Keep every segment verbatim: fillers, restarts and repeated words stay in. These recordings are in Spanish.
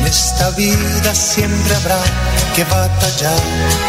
esta vida siempre habrá que batallar.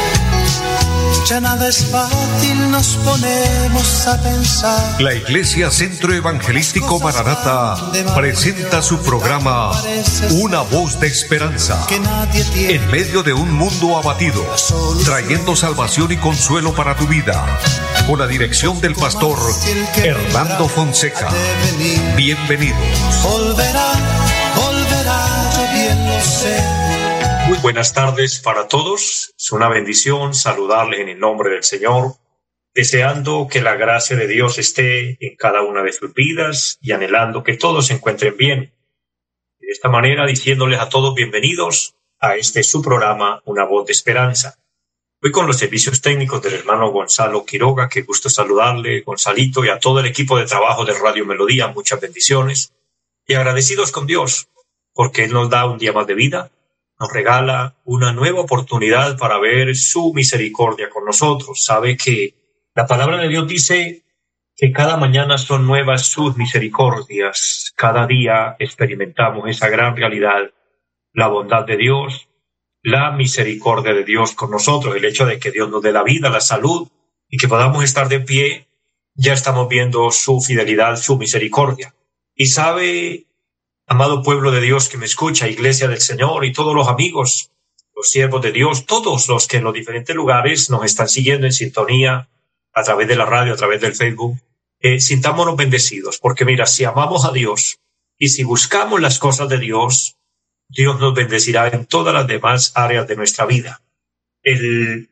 Ya nada es fácil, nos ponemos a pensar. La Iglesia Centro Evangelístico Maranata presenta su programa Una Voz de Esperanza. En medio de un mundo abatido, trayendo salvación y consuelo para tu vida. Con la dirección del pastor Hernando Fonseca. Bienvenidos. Volverá, volverá, yo bien lo sé. Muy buenas tardes para todos. Es una bendición saludarles en el nombre del Señor, deseando que la gracia de Dios esté en cada una de sus vidas y anhelando que todos se encuentren bien. De esta manera, diciéndoles a todos bienvenidos a este su programa, Una Voz de Esperanza. Hoy con los servicios técnicos del hermano Gonzalo Quiroga, que gusto saludarle, Gonzalito, y a todo el equipo de trabajo de Radio Melodía, muchas bendiciones. Y agradecidos con Dios, porque Él nos da un día más de vida, nos regala una nueva oportunidad para ver su misericordia con nosotros. Sabe que la palabra de Dios dice que cada mañana son nuevas sus misericordias. Cada día experimentamos esa gran realidad, la bondad de Dios, la misericordia de Dios con nosotros, el hecho de que Dios nos dé la vida, la salud y que podamos estar de pie, ya estamos viendo su fidelidad, su misericordia. Y sabe, amado pueblo de Dios que me escucha, Iglesia del Señor y todos los amigos, los siervos de Dios, todos los que en los diferentes lugares nos están siguiendo en sintonía a través de la radio, a través del Facebook, eh, sintámonos bendecidos, porque mira, si amamos a Dios y si buscamos las cosas de Dios, Dios nos bendecirá en todas las demás áreas de nuestra vida. El,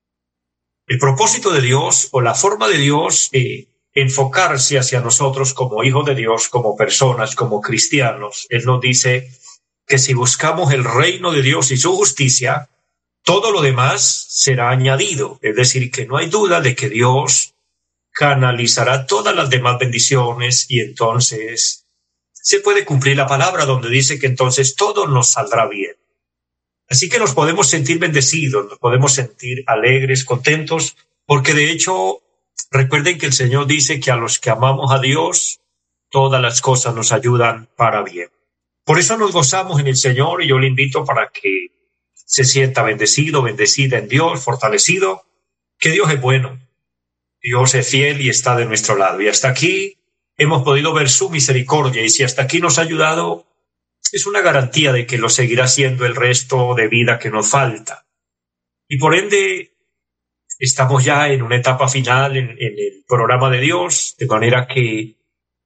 el propósito de Dios o la forma de Dios eh, enfocarse hacia nosotros como hijos de Dios, como personas, como cristianos. Él nos dice que si buscamos el reino de Dios y su justicia, todo lo demás será añadido. Es decir, que no hay duda de que Dios canalizará todas las demás bendiciones y entonces se puede cumplir la palabra donde dice que entonces todo nos saldrá bien. Así que nos podemos sentir bendecidos, nos podemos sentir alegres, contentos, porque de hecho recuerden que el Señor dice que a los que amamos a Dios, todas las cosas nos ayudan para bien. Por eso nos gozamos en el Señor y yo le invito para que se sienta bendecido, bendecida en Dios, fortalecido, que Dios es bueno, Dios es fiel y está de nuestro lado. Y hasta aquí hemos podido ver su misericordia y si hasta aquí nos ha ayudado, es una garantía de que lo seguirá siendo el resto de vida que nos falta. Y por ende, estamos ya en una etapa final en, en el programa de Dios, de manera que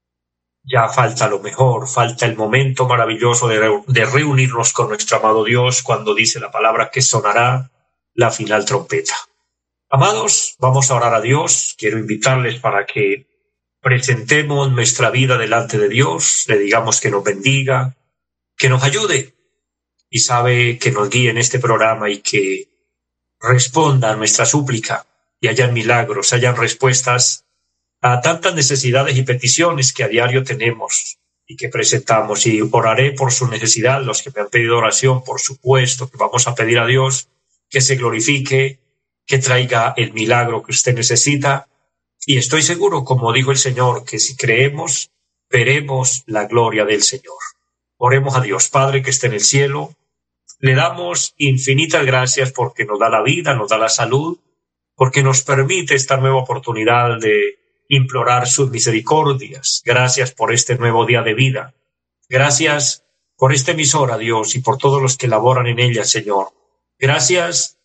ya falta lo mejor, falta el momento maravilloso de, re, de reunirnos con nuestro amado Dios cuando dice la palabra que sonará la final trompeta. Amados, vamos a orar a Dios. Quiero invitarles para que presentemos nuestra vida delante de Dios, le digamos que nos bendiga, que nos ayude y sabe que nos guíe en este programa y que responda a nuestra súplica y hayan milagros, hayan respuestas a tantas necesidades y peticiones que a diario tenemos y que presentamos. Y oraré por su necesidad, los que me han pedido oración, por supuesto que vamos a pedir a Dios que se glorifique, que traiga el milagro que usted necesita. Y estoy seguro, como dijo el Señor, que si creemos, veremos la gloria del Señor. Oremos a Dios. Padre que está en el cielo, le damos infinitas gracias porque nos da la vida, nos da la salud, porque nos permite esta nueva oportunidad de implorar sus misericordias. Gracias por este nuevo día de vida. Gracias por esta emisora, Dios, y por todos los que laboran en ella, Señor. Gracias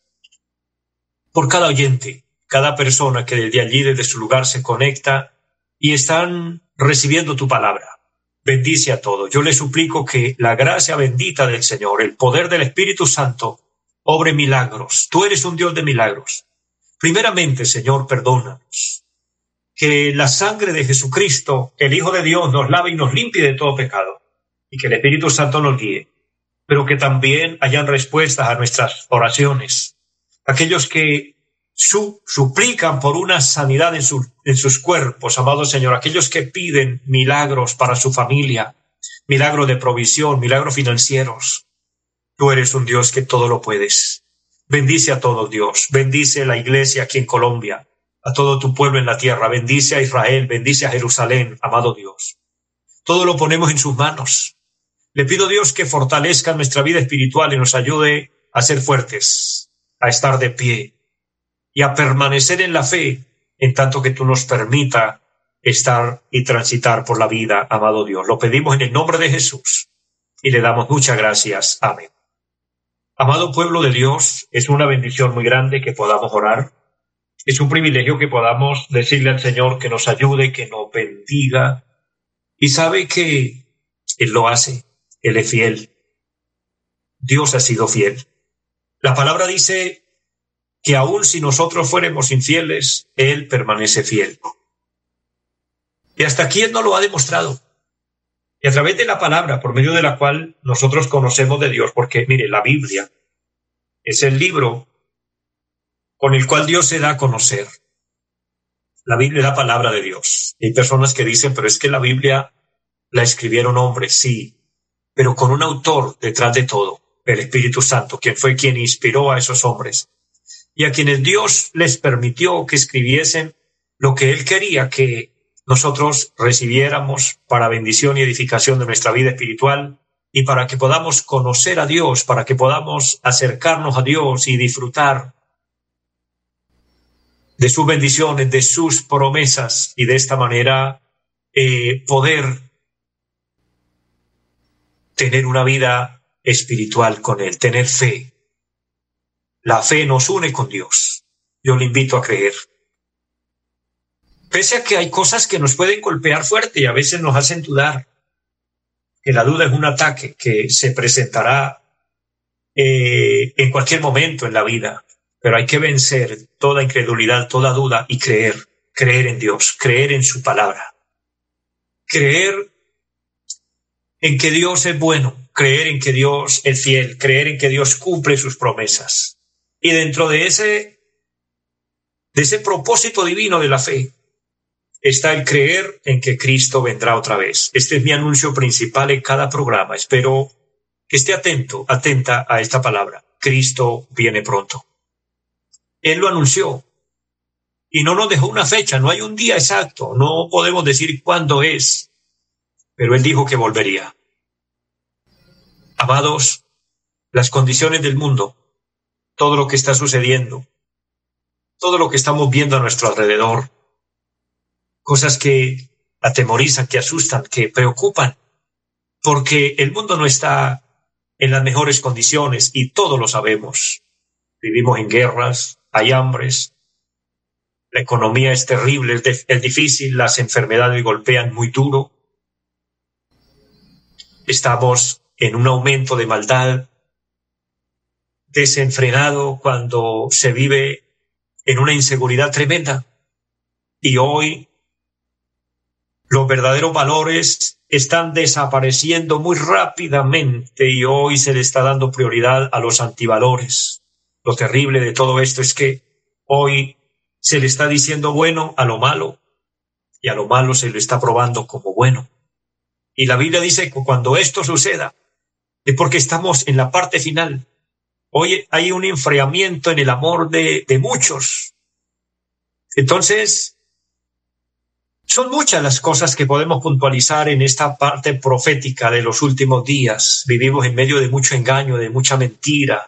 por cada oyente, cada persona que desde allí, desde su lugar, se conecta y están recibiendo tu palabra. Bendice a todos. Yo le suplico que la gracia bendita del Señor, el poder del Espíritu Santo, obre milagros. Tú eres un Dios de milagros. Primeramente, Señor, perdónanos. Que la sangre de Jesucristo, el Hijo de Dios, nos lave y nos limpie de todo pecado. Y que el Espíritu Santo nos guíe. Pero que también hayan respuestas a nuestras oraciones. Aquellos que Su, suplican por una sanidad en, su, en sus cuerpos, amado Señor, aquellos que piden milagros para su familia, milagro de provisión, milagros financieros. Tú eres un Dios que todo lo puedes. Bendice a todos, Dios. Bendice la iglesia aquí en Colombia, a todo tu pueblo en la tierra. Bendice a Israel, bendice a Jerusalén, amado Dios. Todo lo ponemos en sus manos. Le pido a Dios que fortalezca nuestra vida espiritual y nos ayude a ser fuertes, a estar de pie y a permanecer en la fe, en tanto que tú nos permita estar y transitar por la vida, amado Dios. Lo pedimos en el nombre de Jesús y le damos muchas gracias. Amén. Amado pueblo de Dios, es una bendición muy grande que podamos orar. Es un privilegio que podamos decirle al Señor que nos ayude, que nos bendiga. Y sabe que Él lo hace. Él es fiel. Dios ha sido fiel. La palabra dice que aun si nosotros fuéramos infieles, Él permanece fiel. Y hasta aquí Él nos lo ha demostrado. Y a través de la palabra, por medio de la cual nosotros conocemos de Dios, porque mire, la Biblia es el libro con el cual Dios se da a conocer. La Biblia es la palabra de Dios. Hay personas que dicen, pero es que la Biblia la escribieron hombres, sí, pero con un autor detrás de todo, el Espíritu Santo, quien fue quien inspiró a esos hombres y a quienes Dios les permitió que escribiesen lo que Él quería que nosotros recibiéramos para bendición y edificación de nuestra vida espiritual y para que podamos conocer a Dios, para que podamos acercarnos a Dios y disfrutar de sus bendiciones, de sus promesas y de esta manera eh, poder tener una vida espiritual con Él, tener fe. La fe nos une con Dios. Yo le invito a creer. Pese a que hay cosas que nos pueden golpear fuerte y a veces nos hacen dudar, que la duda es un ataque que se presentará eh, en cualquier momento en la vida, pero hay que vencer toda incredulidad, toda duda y creer, creer en Dios, creer en su palabra, creer en que Dios es bueno, creer en que Dios es fiel, creer en que Dios cumple sus promesas. Y dentro de ese, de ese propósito divino de la fe, está el creer en que Cristo vendrá otra vez. Este es mi anuncio principal en cada programa. Espero que esté atento, atenta a esta palabra. Cristo viene pronto. Él lo anunció y no nos dejó una fecha, no hay un día exacto, no podemos decir cuándo es, pero Él dijo que volvería. Amados, las condiciones del mundo, todo lo que está sucediendo, todo lo que estamos viendo a nuestro alrededor, cosas que atemorizan, que asustan, que preocupan, porque el mundo no está en las mejores condiciones y todos lo sabemos. Vivimos en guerras, hay hambres, la economía es terrible, es, de, es difícil, las enfermedades golpean muy duro. Estamos en un aumento de maldad desenfrenado cuando se vive en una inseguridad tremenda. Y hoy los verdaderos valores están desapareciendo muy rápidamente y hoy se le está dando prioridad a los antivalores. Lo terrible de todo esto es que hoy se le está diciendo bueno a lo malo y a lo malo se lo está probando como bueno. Y la Biblia dice que cuando esto suceda es porque estamos en la parte final. Hoy hay un enfriamiento en el amor de, de muchos. Entonces, son muchas las cosas que podemos puntualizar en esta parte profética de los últimos días. Vivimos en medio de mucho engaño, de mucha mentira.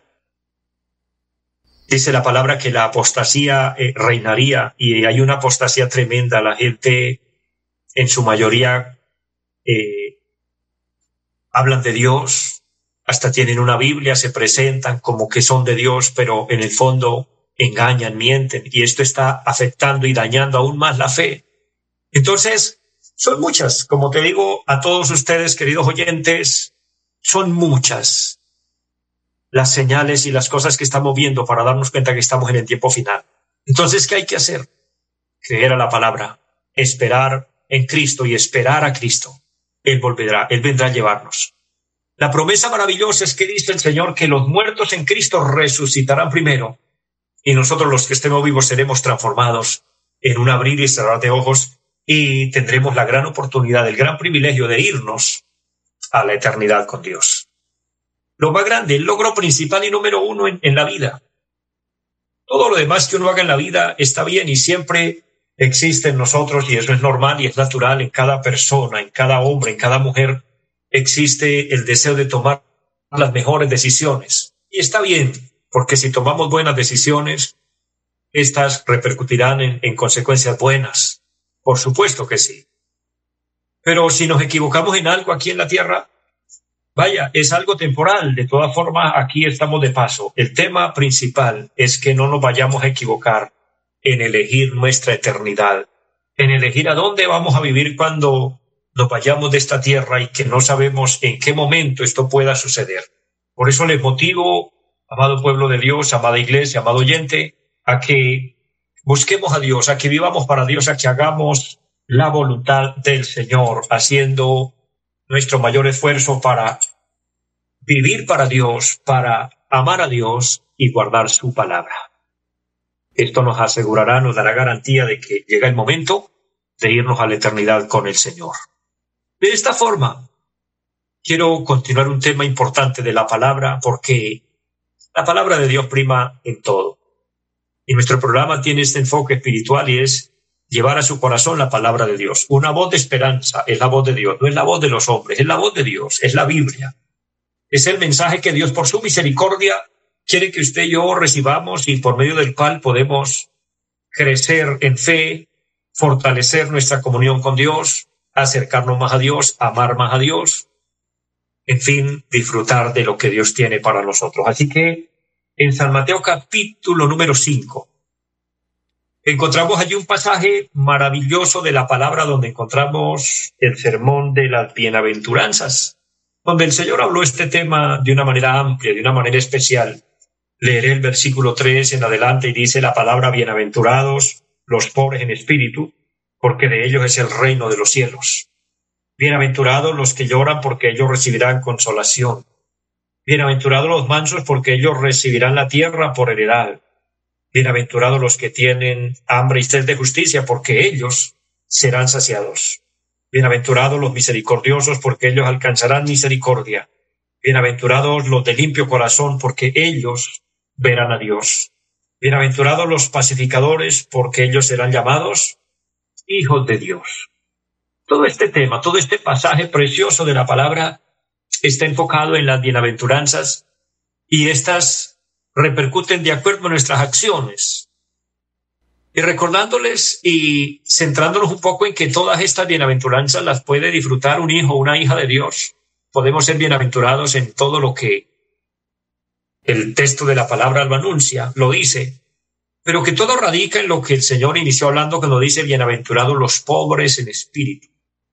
Dice la palabra que la apostasía eh, reinaría y hay una apostasía tremenda. La gente en su mayoría eh, hablan de Dios, hasta tienen una Biblia, se presentan como que son de Dios, pero en el fondo engañan, mienten y esto está afectando y dañando aún más la fe. Entonces, son muchas, como te digo a todos ustedes, queridos oyentes, son muchas las señales y las cosas que estamos viendo para darnos cuenta que estamos en el tiempo final. Entonces, ¿qué hay que hacer? Creer a la palabra, esperar en Cristo y esperar a Cristo. Él volverá, Él vendrá a llevarnos. La promesa maravillosa es que dice el Señor que los muertos en Cristo resucitarán primero y nosotros los que estemos vivos seremos transformados en un abrir y cerrar de ojos y tendremos la gran oportunidad, el gran privilegio de irnos a la eternidad con Dios. Lo más grande, el logro principal y número uno en, en la vida. Todo lo demás que uno haga en la vida está bien y siempre existe en nosotros y eso es normal y es natural en cada persona, en cada hombre, en cada mujer, existe el deseo de tomar las mejores decisiones. Y está bien, porque si tomamos buenas decisiones, estas repercutirán en, en consecuencias buenas. Por supuesto que sí. Pero si nos equivocamos en algo aquí en la tierra, vaya, es algo temporal. De todas formas, aquí estamos de paso. El tema principal es que no nos vayamos a equivocar en elegir nuestra eternidad, en elegir a dónde vamos a vivir cuando nos vayamos de esta tierra y que no sabemos en qué momento esto pueda suceder. Por eso les motivo, amado pueblo de Dios, amada iglesia, amado oyente, a que busquemos a Dios, a que vivamos para Dios, a que hagamos la voluntad del Señor, haciendo nuestro mayor esfuerzo para vivir para Dios, para amar a Dios y guardar su palabra. Esto nos asegurará, nos dará garantía de que llega el momento de irnos a la eternidad con el Señor. De esta forma, quiero continuar un tema importante de la palabra, porque la palabra de Dios prima en todo. Y nuestro programa tiene este enfoque espiritual y es llevar a su corazón la palabra de Dios. Una voz de esperanza es la voz de Dios, no es la voz de los hombres, es la voz de Dios, es la Biblia. Es el mensaje que Dios por su misericordia quiere que usted y yo recibamos y por medio del cual podemos crecer en fe, fortalecer nuestra comunión con Dios, acercarnos más a Dios, amar más a Dios, en fin, disfrutar de lo que Dios tiene para nosotros. Así que en San Mateo capítulo número cinco, encontramos allí un pasaje maravilloso de la palabra donde encontramos el sermón de las bienaventuranzas, donde el Señor habló este tema de una manera amplia, de una manera especial. Leeré el versículo tres en adelante y dice la palabra: bienaventurados los pobres en espíritu, porque de ellos es el reino de los cielos. Bienaventurados los que lloran, porque ellos recibirán consolación. Bienaventurados los mansos, porque ellos recibirán la tierra por heredad. Bienaventurados los que tienen hambre y sed de justicia, porque ellos serán saciados. Bienaventurados los misericordiosos, porque ellos alcanzarán misericordia. Bienaventurados los de limpio corazón, porque ellos verán a Dios. Bienaventurados los pacificadores, porque ellos serán llamados hijos de Dios. Todo este tema, todo este pasaje precioso de la palabra está enfocado en las bienaventuranzas y estas repercuten de acuerdo a nuestras acciones. Y recordándoles y centrándonos un poco en que todas estas bienaventuranzas las puede disfrutar un hijo o una hija de Dios. Podemos ser bienaventurados en todo lo que el texto de la palabra lo anuncia, lo dice, pero que todo radica en lo que el Señor inició hablando cuando dice bienaventurados los pobres en espíritu.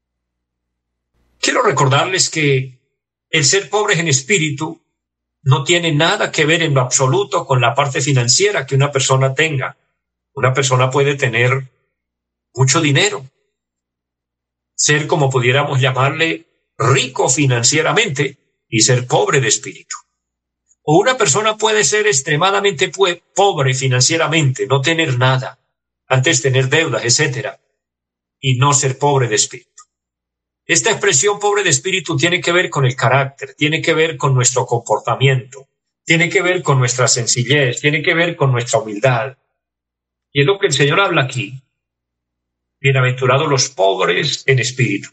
Quiero recordarles que el ser pobres en espíritu no tiene nada que ver en lo absoluto con la parte financiera que una persona tenga. Una persona puede tener mucho dinero, ser como pudiéramos llamarle rico financieramente y ser pobre de espíritu. O una persona puede ser extremadamente pobre financieramente, no tener nada, antes tener deudas, etcétera, y no ser pobre de espíritu. Esta expresión pobre de espíritu tiene que ver con el carácter, tiene que ver con nuestro comportamiento, tiene que ver con nuestra sencillez, tiene que ver con nuestra humildad. Y es lo que el Señor habla aquí. Bienaventurados los pobres en espíritu.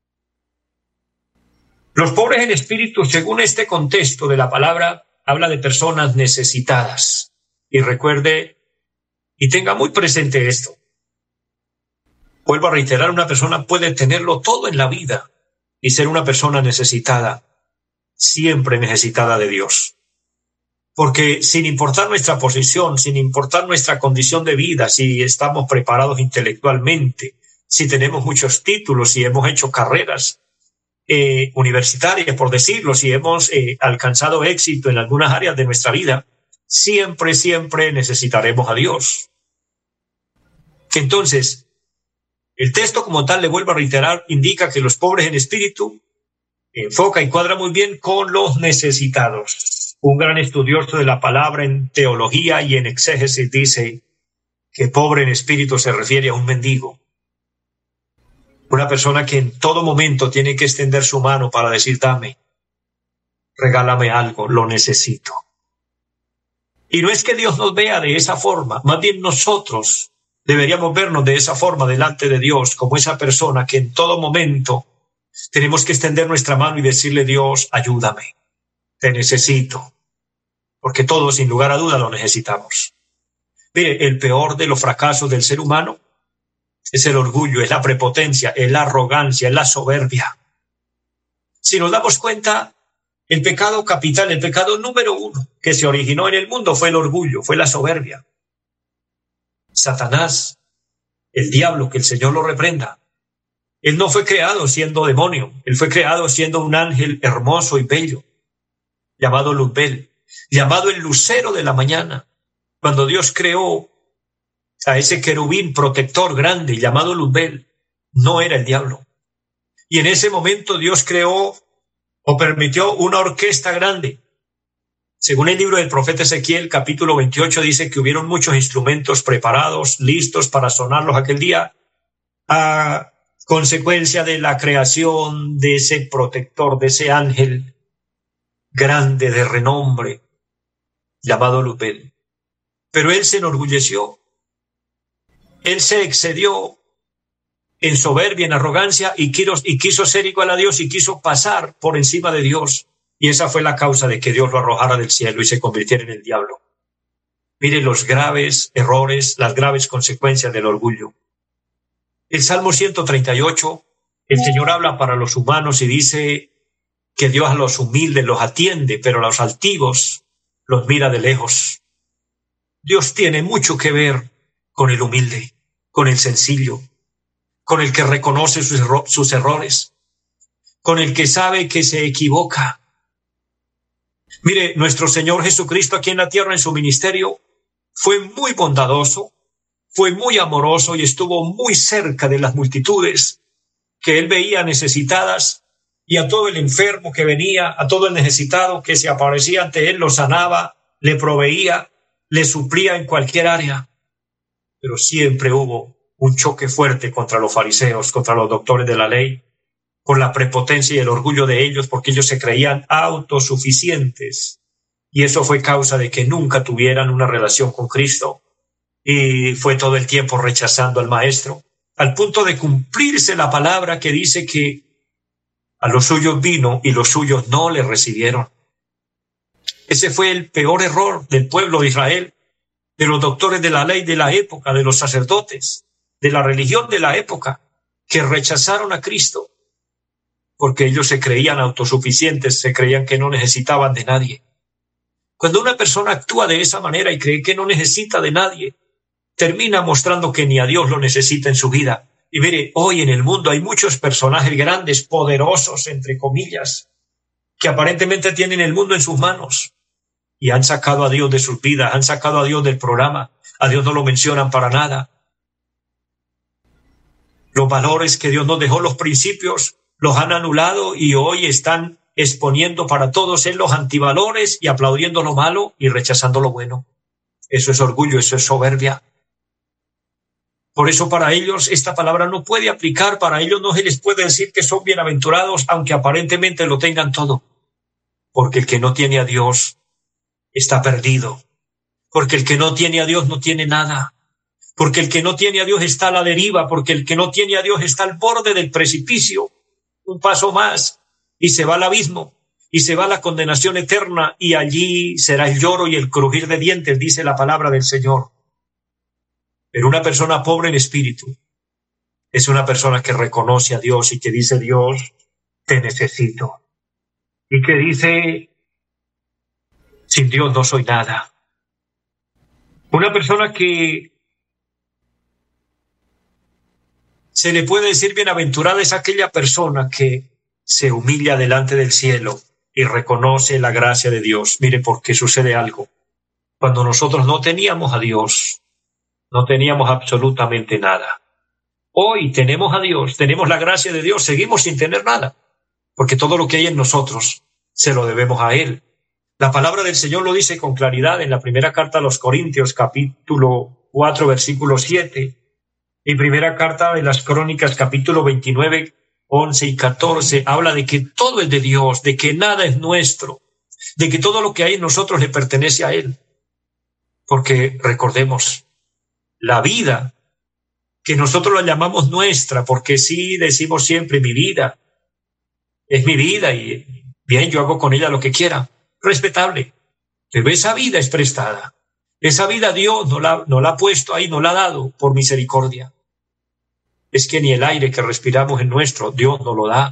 Los pobres en espíritu, según este contexto de la palabra, habla de personas necesitadas. Y recuerde y tenga muy presente esto. Vuelvo a reiterar, una persona puede tenerlo todo en la vida y ser una persona necesitada, siempre necesitada de Dios. Porque sin importar nuestra posición, sin importar nuestra condición de vida, si estamos preparados intelectualmente, si tenemos muchos títulos, si hemos hecho carreras eh, universitarias, por decirlo, si hemos eh, alcanzado éxito en algunas áreas de nuestra vida, siempre, siempre necesitaremos a Dios. Entonces, el texto como tal, le vuelvo a reiterar, indica que los pobres en espíritu enfoca y cuadra muy bien con los necesitados. Un gran estudioso de la palabra en teología y en exégesis dice que pobre en espíritu se refiere a un mendigo. Una persona que en todo momento tiene que extender su mano para decir, dame, regálame algo, lo necesito. Y no es que Dios nos vea de esa forma, más bien nosotros deberíamos vernos de esa forma delante de Dios, como esa persona que en todo momento Tenemos que extender nuestra mano y decirle: Dios, ayúdame, te necesito, porque todos sin lugar a duda lo necesitamos. Mire, el peor de los fracasos del ser humano es el orgullo, es la prepotencia, es la arrogancia, es la soberbia. Si nos damos cuenta, el pecado capital, el pecado número uno que se originó en el mundo fue el orgullo, fue la soberbia. Satanás, el diablo, que el Señor lo reprenda, él no fue creado siendo demonio, él fue creado siendo un ángel hermoso y bello, llamado Luzbel, llamado el lucero de la mañana. Cuando Dios creó a ese querubín protector grande llamado Luzbel, no era el diablo. Y en ese momento Dios creó o permitió una orquesta grande. Según el libro del profeta Ezequiel, capítulo veintiocho, dice que hubieron muchos instrumentos preparados, listos para sonarlos aquel día, a consecuencia de la creación de ese protector, de ese ángel grande de renombre, llamado Luzbel. Pero él se enorgulleció, él se excedió en soberbia, en arrogancia, y quiso, y quiso ser igual a Dios, y quiso pasar por encima de Dios. Y esa fue la causa de que Dios lo arrojara del cielo y se convirtiera en el diablo. Miren los graves errores, las graves consecuencias del orgullo. El Salmo ciento treinta y ocho, el Señor habla para los humanos y dice que Dios a los humildes los atiende, pero a los altivos los mira de lejos. Dios tiene mucho que ver con el humilde, con el sencillo, con el que reconoce sus, erro- sus errores, con el que sabe que se equivoca. Mire, nuestro Señor Jesucristo aquí en la tierra en su ministerio fue muy bondadoso, fue muy amoroso y estuvo muy cerca de las multitudes que él veía necesitadas, y a todo el enfermo que venía, a todo el necesitado que se aparecía ante él, lo sanaba, le proveía, le suplía en cualquier área. Pero siempre hubo un choque fuerte contra los fariseos, contra los doctores de la ley, por la prepotencia y el orgullo de ellos, porque ellos se creían autosuficientes. Y eso fue causa de que nunca tuvieran una relación con Cristo. Y fue todo el tiempo rechazando al Maestro, al punto de cumplirse la palabra que dice que a los suyos vino y los suyos no le recibieron. Ese fue el peor error del pueblo de Israel, de los doctores de la ley de la época, de los sacerdotes, de la religión de la época, que rechazaron a Cristo, porque ellos se creían autosuficientes, se creían que no necesitaban de nadie. Cuando una persona actúa de esa manera y cree que no necesita de nadie, termina mostrando que ni a Dios lo necesita en su vida. Y mire, hoy en el mundo hay muchos personajes grandes, poderosos, entre comillas, que aparentemente tienen el mundo en sus manos y han sacado a Dios de sus vidas, han sacado a Dios del programa, a Dios no lo mencionan para nada. Los valores que Dios nos dejó, los principios, los han anulado y hoy están exponiendo para todos en los antivalores y aplaudiendo lo malo y rechazando lo bueno. Eso es orgullo, eso es soberbia. Por eso para ellos esta palabra no puede aplicar, para ellos no se les puede decir que son bienaventurados, aunque aparentemente lo tengan todo. Porque el que no tiene a Dios está perdido. Porque el que no tiene a Dios no tiene nada. Porque el que no tiene a Dios está a la deriva. Porque el que no tiene a Dios está al borde del precipicio. Un paso más y se va al abismo y se va a la condenación eterna, y allí será el lloro y el crujir de dientes, dice la palabra del Señor. Pero una persona pobre en espíritu es una persona que reconoce a Dios y que dice: Dios, te necesito. Y que dice: sin Dios no soy nada. Una persona que se le puede decir bienaventurada es aquella persona que se humilla delante del cielo y reconoce la gracia de Dios. Mire, porque sucede algo. Cuando nosotros no teníamos a Dios, no teníamos absolutamente nada. Hoy tenemos a Dios, tenemos la gracia de Dios, seguimos sin tener nada, porque todo lo que hay en nosotros se lo debemos a Él. La palabra del Señor lo dice con claridad en la primera carta a los Corintios, capítulo cuatro, versículo siete, y primera carta de las Crónicas, capítulo veintinueve, once y catorce, habla de que todo es de Dios, de que nada es nuestro, de que todo lo que hay en nosotros le pertenece a Él. Porque recordemos, la vida, que nosotros la llamamos nuestra, porque sí decimos siempre mi vida, es mi vida y bien, yo hago con ella lo que quiera, respetable, pero esa vida es prestada. Esa vida Dios no la, no la ha puesto ahí, no la ha dado por misericordia. Es que ni el aire que respiramos es nuestro, Dios nos lo da.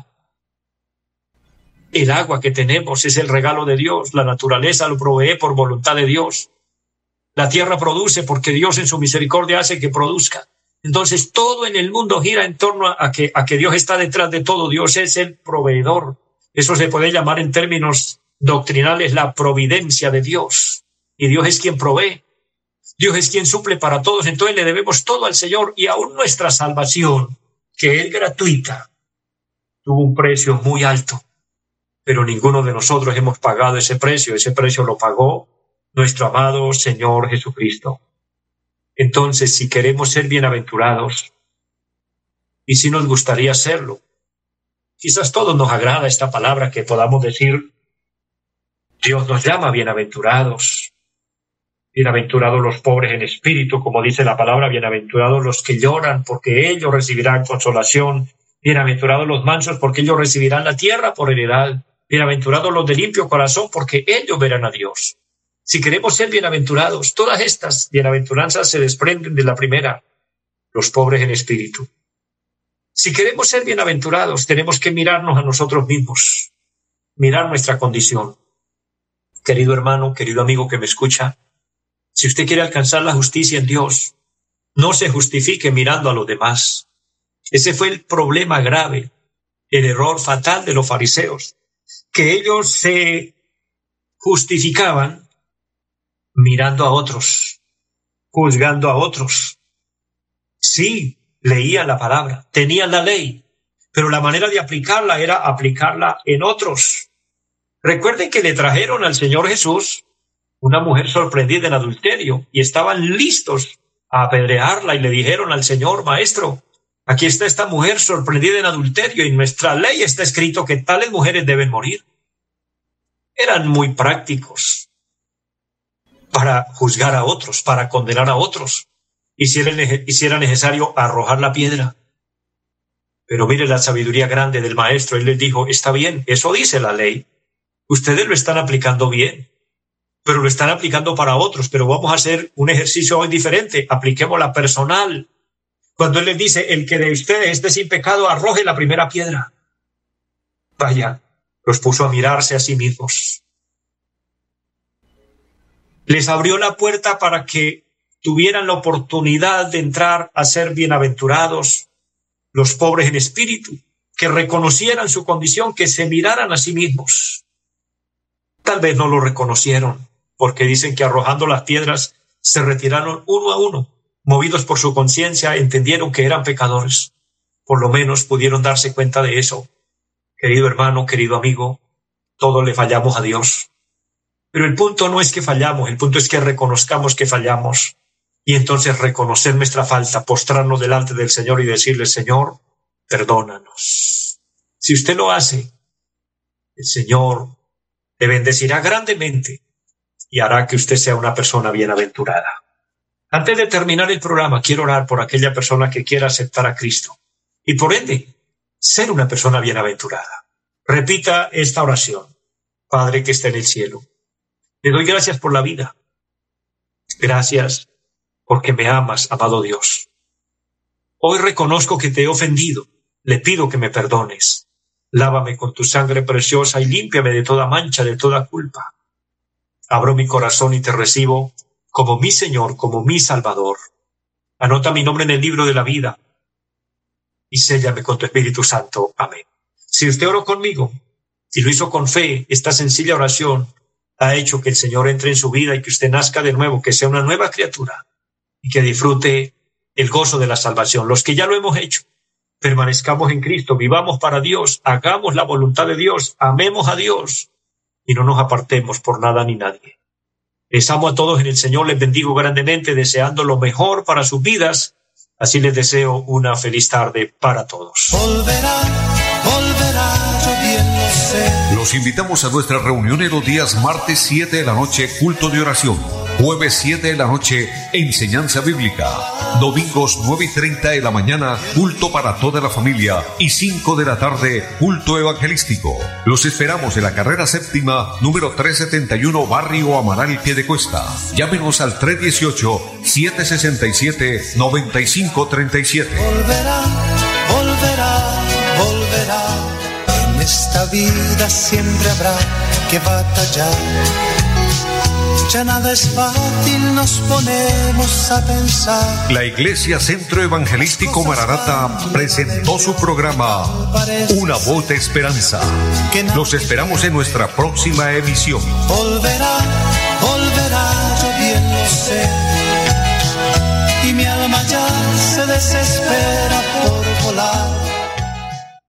El agua que tenemos es el regalo de Dios, la naturaleza lo provee por voluntad de Dios. La tierra produce porque Dios en su misericordia hace que produzca. Entonces todo en el mundo gira en torno a que, a que Dios está detrás de todo. Dios es el proveedor. Eso se puede llamar en términos doctrinales la providencia de Dios. Y Dios es quien provee. Dios es quien suple para todos. Entonces le debemos todo al Señor y aún nuestra salvación, que es gratuita, tuvo un precio muy alto. Pero ninguno de nosotros hemos pagado ese precio. Ese precio lo pagó nuestro amado Señor Jesucristo. Entonces, si queremos ser bienaventurados, y si nos gustaría serlo, quizás todos nos agrada esta palabra que podamos decir, Dios nos llama bienaventurados. Bienaventurados los pobres en espíritu, como dice la palabra, bienaventurados los que lloran, porque ellos recibirán consolación. Bienaventurados los mansos, porque ellos recibirán la tierra por heredad. Bienaventurados los de limpio corazón, porque ellos verán a Dios. Si queremos ser bienaventurados, todas estas bienaventuranzas se desprenden de la primera, los pobres en espíritu. Si queremos ser bienaventurados, tenemos que mirarnos a nosotros mismos, mirar nuestra condición. Querido hermano, querido amigo que me escucha, si usted quiere alcanzar la justicia en Dios, no se justifique mirando a los demás. Ese fue el problema grave, el error fatal de los fariseos, que ellos se justificaban mirando a otros, juzgando a otros. Sí, leían la palabra, tenían la ley, pero la manera de aplicarla era aplicarla en otros. Recuerden que le trajeron al Señor Jesús una mujer sorprendida en adulterio y estaban listos a apedrearla y le dijeron al Señor, Maestro, aquí está esta mujer sorprendida en adulterio y en nuestra ley está escrito que tales mujeres deben morir. Eran muy prácticos para juzgar a otros, para condenar a otros, y si era necesario arrojar la piedra. Pero mire la sabiduría grande del maestro, él les dijo, está bien, eso dice la ley, ustedes lo están aplicando bien, pero lo están aplicando para otros, pero vamos a hacer un ejercicio hoy diferente, apliquémosla personal. Cuando él les dice, el que de ustedes esté sin pecado, arroje la primera piedra. Vaya, los puso a mirarse a sí mismos. Les abrió la puerta para que tuvieran la oportunidad de entrar a ser bienaventurados los pobres en espíritu, que reconocieran su condición, que se miraran a sí mismos. Tal vez no lo reconocieron, porque dicen que arrojando las piedras se retiraron uno a uno, movidos por su conciencia, entendieron que eran pecadores. Por lo menos pudieron darse cuenta de eso. Querido hermano, querido amigo, todos le fallamos a Dios. Pero el punto no es que fallamos, el punto es que reconozcamos que fallamos y entonces reconocer nuestra falta, postrarnos delante del Señor y decirle, Señor, perdónanos. Si usted lo hace, el Señor le bendecirá grandemente y hará que usted sea una persona bienaventurada. Antes de terminar el programa, quiero orar por aquella persona que quiera aceptar a Cristo y por ende ser una persona bienaventurada. Repita esta oración. Padre que está en el cielo, te doy gracias por la vida. Gracias porque me amas, amado Dios. Hoy reconozco que te he ofendido. Le pido que me perdones. Lávame con tu sangre preciosa y límpiame de toda mancha, de toda culpa. Abro mi corazón y te recibo como mi Señor, como mi Salvador. Anota mi nombre en el libro de la vida y séllame con tu Espíritu Santo. Amén. Si usted oró conmigo y lo hizo con fe, esta sencilla oración ha hecho que el Señor entre en su vida y que usted nazca de nuevo, que sea una nueva criatura y que disfrute el gozo de la salvación. Los que ya lo hemos hecho, permanezcamos en Cristo, vivamos para Dios, hagamos la voluntad de Dios, amemos a Dios y no nos apartemos por nada ni nadie. Les amo a todos en el Señor, les bendigo grandemente, deseando lo mejor para sus vidas. Así les deseo una feliz tarde para todos. Volverá, volverá, yo bien lo sé. Los invitamos a nuestra reunión en los días martes siete de la noche, culto de oración. Jueves siete de la noche, enseñanza bíblica. Domingos nueve y treinta de la mañana, culto para toda la familia. Y cinco de la tarde, culto evangelístico. Los esperamos en la carrera séptima, número trescientos setenta y uno, Barrio Amaral, Piedecuesta. Llámenos al tres dieciocho, siete sesenta y siete, noventa y cinco treinta y siete. Volverá, volverá, volverá. En esta vida siempre habrá que batallar. Ya nada es fácil, nos ponemos a pensar. La Iglesia Centro Evangelístico Maranata presentó su programa Una Voz de Esperanza. Los esperamos en nuestra próxima emisión. Volverá, volverá, yo bien lo sé. Y mi alma ya se desespera por volar.